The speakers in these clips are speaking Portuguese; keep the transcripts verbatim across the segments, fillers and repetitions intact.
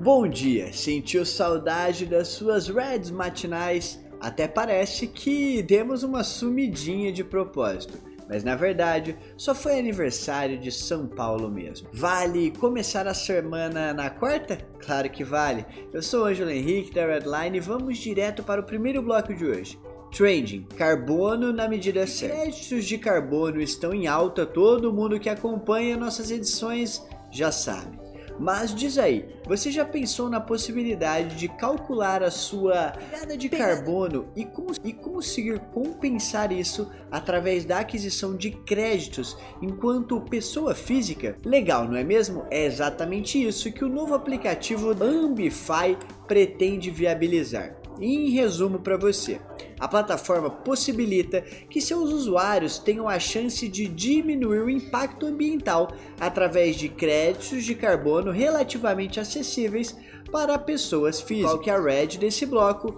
Bom dia, sentiu saudade das suas Reds matinais? Até parece que demos uma sumidinha de propósito, mas na verdade só foi aniversário de São Paulo mesmo. Vale começar a semana na quarta? Claro que vale. Eu sou o Ângelo Henrique da Redline e vamos direto para o primeiro bloco de hoje. Trending, carbono na medida certa. Créditos de carbono estão em alta, todo mundo que acompanha nossas edições já sabe. Mas diz aí, você já pensou na possibilidade de calcular a sua pegada de carbono e, cons e conseguir compensar isso através da aquisição de créditos enquanto pessoa física? Legal, não é mesmo? É exatamente isso que o novo aplicativo Ambify pretende viabilizar. Em resumo para você, a plataforma possibilita que seus usuários tenham a chance de diminuir o impacto ambiental através de créditos de carbono relativamente acessíveis para pessoas físicas. Qual que é a red desse bloco?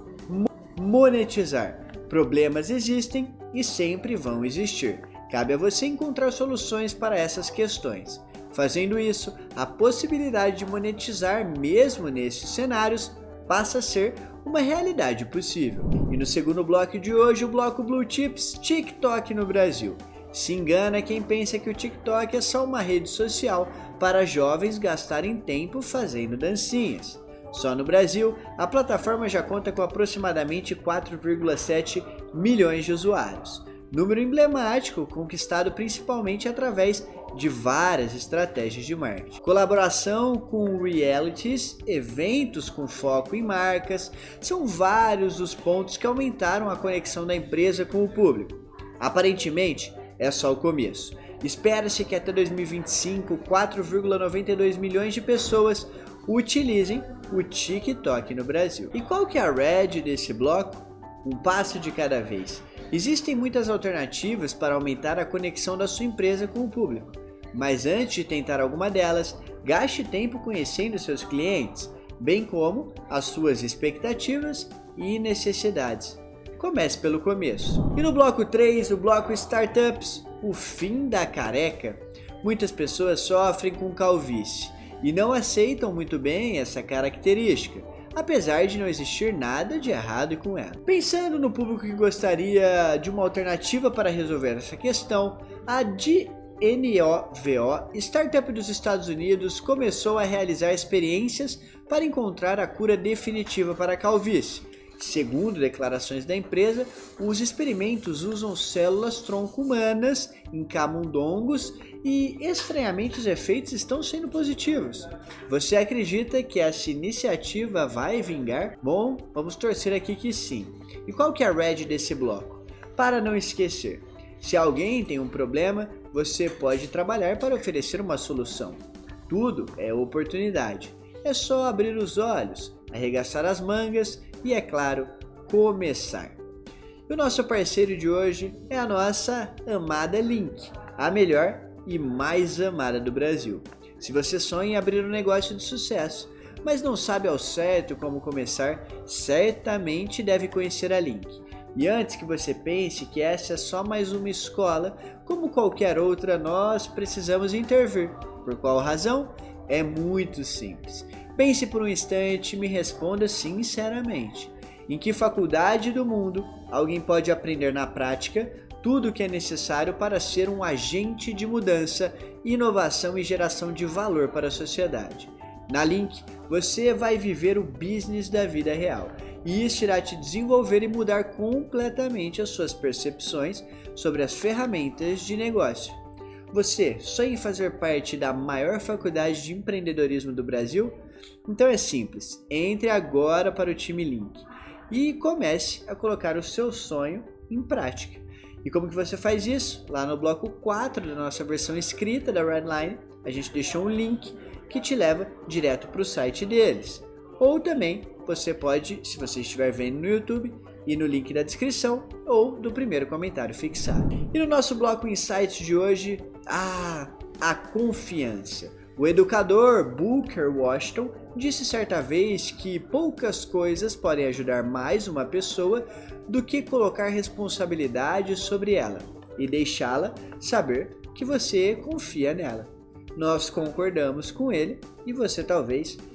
Monetizar. Problemas existem e sempre vão existir. Cabe a você encontrar soluções para essas questões. Fazendo isso, a possibilidade de monetizar mesmo nesses cenários passa a ser uma realidade possível. E no segundo bloco de hoje, o bloco Blue Chips, TikTok no Brasil. Se engana quem pensa que o TikTok é só uma rede social para jovens gastarem tempo fazendo dancinhas. Só no Brasil, a plataforma já conta com aproximadamente quatro vírgula sete milhões de usuários. Número emblemático, conquistado principalmente através de várias estratégias de marketing. Colaboração com realities, eventos com foco em marcas, são vários os pontos que aumentaram a conexão da empresa com o público. Aparentemente, é só o começo. Espera-se que até dois mil e vinte e cinco, quatro vírgula noventa e dois milhões de pessoas utilizem o TikTok no Brasil. E qual que é a red desse bloco? Um passo de cada vez. Existem muitas alternativas para aumentar a conexão da sua empresa com o público, mas antes de tentar alguma delas, gaste tempo conhecendo seus clientes, bem como as suas expectativas e necessidades. Comece pelo começo. E no bloco três, o bloco Startups, o fim da careca. Muitas pessoas sofrem com calvície e não aceitam muito bem essa característica, apesar de não existir nada de errado com ela. Pensando no público que gostaria de uma alternativa para resolver essa questão, a D N O V O, startup dos Estados Unidos, começou a realizar experiências para encontrar a cura definitiva para a calvície. Segundo declarações da empresa, os experimentos usam células-tronco humanas em camundongos e, estranhamente, os efeitos estão sendo positivos. Você acredita que essa iniciativa vai vingar? Bom, vamos torcer aqui que sim. E qual que é a red desse bloco? Para não esquecer, se alguém tem um problema, você pode trabalhar para oferecer uma solução. Tudo é oportunidade. É só abrir os olhos, arregaçar as mangas e, é claro, começar. E o nosso parceiro de hoje é a nossa amada Link, a melhor e mais amada do Brasil. Se você sonha em abrir um negócio de sucesso, mas não sabe ao certo como começar, certamente deve conhecer a Link. E antes que você pense que essa é só mais uma escola, como qualquer outra, nós precisamos intervir. Por qual razão? É muito simples. Pense por um instante e me responda sinceramente. Em que faculdade do mundo alguém pode aprender na prática tudo o que é necessário para ser um agente de mudança, inovação e geração de valor para a sociedade? Na Link, você vai viver o business da vida real, e isso irá te desenvolver e mudar completamente as suas percepções sobre as ferramentas de negócio. Você sonha em fazer parte da maior faculdade de empreendedorismo do Brasil? Então é simples, entre agora para o time Link e comece a colocar o seu sonho em prática. E como que você faz isso? Lá no bloco quatro da nossa versão escrita da Redline, a gente deixou um link que te leva direto para o site deles. Ou também você pode, se você estiver vendo no YouTube, ir no link da descrição ou do primeiro comentário fixado. E no nosso bloco Insights de hoje, ah, a confiança. O educador Booker Washington disse certa vez que poucas coisas podem ajudar mais uma pessoa do que colocar responsabilidade sobre ela e deixá-la saber que você confia nela. Nós concordamos com ele e você talvez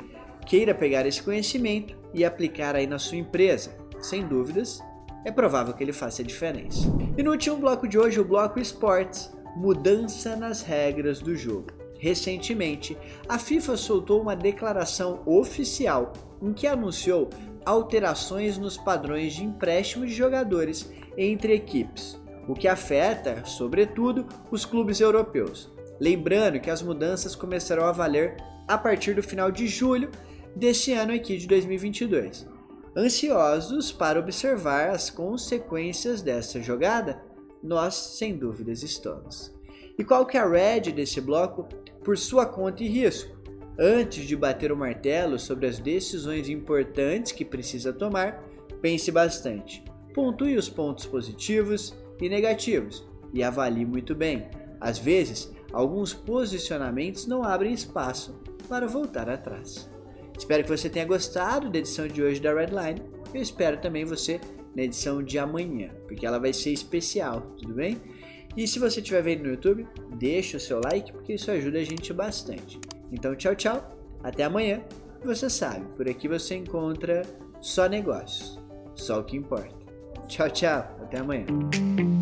queira pegar esse conhecimento e aplicar aí na sua empresa. Sem dúvidas, é provável que ele faça a diferença. E no último bloco de hoje, o bloco Esportes, mudança nas regras do jogo. Recentemente, a FIFA soltou uma declaração oficial em que anunciou alterações nos padrões de empréstimo de jogadores entre equipes, o que afeta, sobretudo, os clubes europeus. Lembrando que as mudanças começarão a valer a partir do final de julho desse ano aqui de dois mil e vinte e dois. Ansiosos para observar as consequências dessa jogada, nós sem dúvidas estamos. E qual que é a Red desse bloco? Por sua conta e risco. Antes de bater o martelo sobre as decisões importantes que precisa tomar, pense bastante. Pontue os pontos positivos e negativos e avalie muito bem. Às vezes, alguns posicionamentos não abrem espaço para voltar atrás. Espero que você tenha gostado da edição de hoje da Redline. Eu espero também você na edição de amanhã, porque ela vai ser especial, tudo bem? E se você estiver vendo no YouTube, deixa o seu like, porque isso ajuda a gente bastante. Então tchau, tchau, até amanhã. Você sabe, por aqui você encontra só negócios, só o que importa. Tchau, tchau, até amanhã.